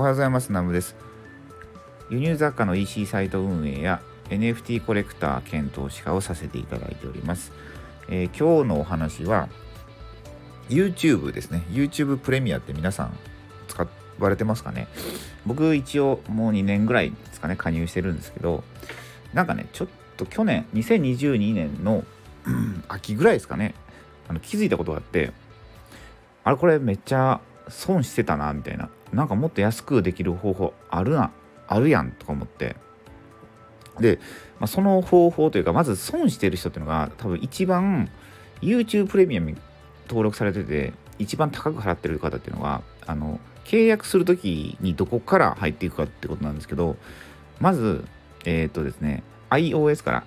おはようございます。ナムです。輸入雑貨の EC サイト運営や NFT コレクター兼投資家をさせていただいております。今日のお話は YouTube ですね。 YouTube プレミアって皆さん使われてますかね。僕一応もう2年ぐらいですかね、加入してるんですけど、なんかね、ちょっと去年2022年の秋ぐらいですかね、気づいたことがあって、あれこれめっちゃ損してたなみたいな、なんかもっと安くできる方法あるやんとか思って、で、その方法というか、まず損してる人っていうのが多分一番 YouTube プレミアムに登録されてて一番高く払ってる方っていうのが、契約するときにどこから入っていくかってことなんですけど、まずですね iOS から、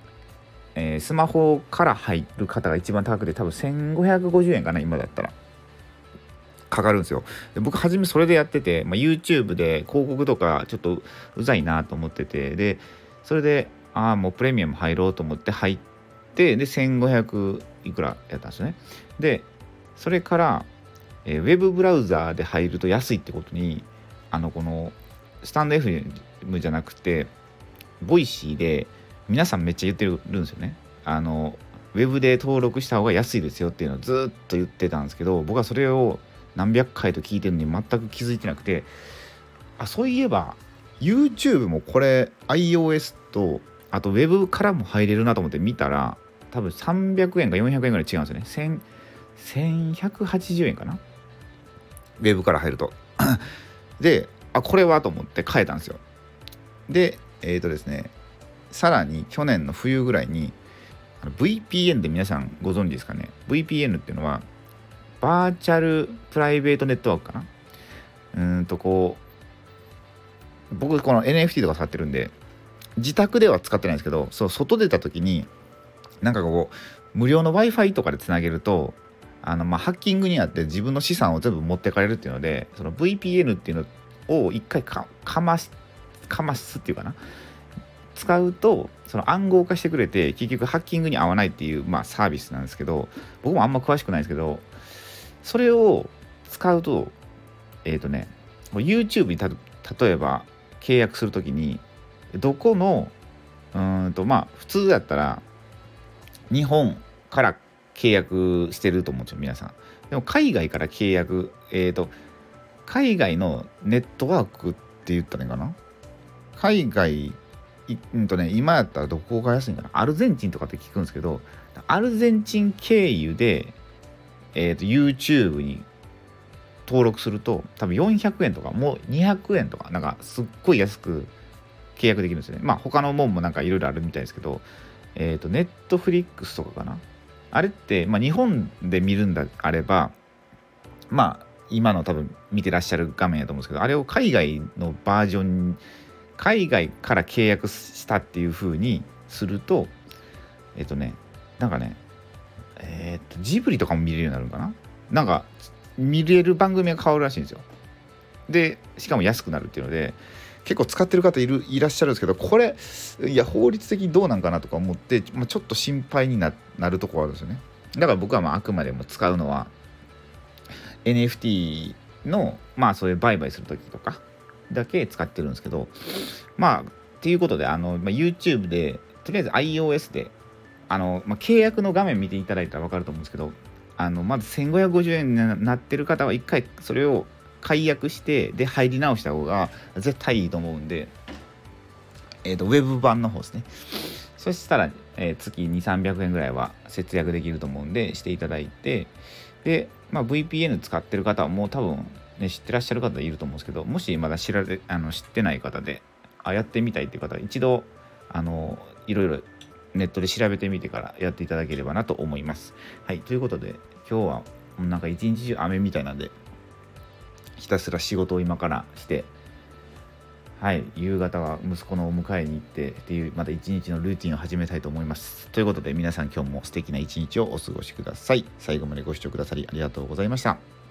スマホから入る方が一番高くて、多分1550円かな、今だったらかかるんですよ。で、僕初めそれでやってて、YouTube で広告とかちょっとうざいなと思ってて、でそれでもうプレミアム入ろうと思って入って、で1500いくらやったんですよね。でそれから、ウェブブラウザーで入ると安いってことに、このスタンド FM じゃなくてボイシーで皆さんめっちゃ言ってるんですよね。ウェブで登録した方が安いですよっていうのをずっと言ってたんですけど、僕はそれを何百回と聞いてるのに全く気づいてなくて、そういえば YouTube もこれ iOS とあと Web からも入れるなと思って見たら、多分300円か400円ぐらい違うんですよね。1180円かな、 Web から入るとで、これはと思って変えたんですよ。でですね、さらに去年の冬ぐらいにVPN で皆さんご存知ですかね。 VPN っていうのはバーチャルプライベートネットワークかな。僕この NFT とか使ってるんで自宅では使ってないんですけど、外出た時になんか無料の Wi-Fi とかでつなげるとハッキングにあって自分の資産を全部持ってかれるっていうので、その VPN っていうのを一回かますっていうかな、使うとその暗号化してくれて、結局ハッキングに合わないっていう、サービスなんですけど、僕もあんま詳しくないですけど、それを使うとYouTube に例えば契約するときに、どこの普通だったら日本から契約してると思うんですよ、皆さん。でも海外から契約、海外のネットワークって言ったらいいかな。海外今やったらどこが安いんかな。アルゼンチンとかって聞くんですけど、アルゼンチン経由でYouTube に登録すると多分400円とかもう200円とか、なんかすっごい安く契約できるんですよね。他のもんもなんかいろいろあるみたいですけど、ネットフリックスとかかな。あれって、日本で見るんだあれば、今の多分見てらっしゃる画面やと思うんですけど、あれを海外のバージョン、海外から契約したっていう風にすると、なんかね、ジブリとかも見れるようになるのかな。なんか見れる番組が変わるらしいんですよ。でしかも安くなるっていうので、結構使ってる方いらっしゃるんですけど、これいや法律的にどうなんかなとか思って、ちょっと心配になるところあるんですよね。だから僕はあくまでも使うのは NFT のそういう売買するときとかだけ使ってるんですけど、っていうことでYouTube でとりあえず iOS で契約の画面見ていただいたら分かると思うんですけど、まず1550円になってる方は一回それを解約してで入り直した方が絶対いいと思うんで、ウェブ版の方ですね。そしたら、月200-300円ぐらいは節約できると思うんでしていただいて、で、VPN 使ってる方はもう多分、知ってらっしゃる方いると思うんですけど、もしまだ知ってない方でやってみたいっていう方は一度いろいろネットで調べてみてからやっていただければなと思います。はい、ということで今日はなんか一日中雨みたいなんで、ひたすら仕事を今からして、夕方は息子のお迎えに行ってっていう、また一日のルーティンを始めたいと思います。ということで皆さん今日も素敵な一日をお過ごしください。最後までご視聴くださりありがとうございました。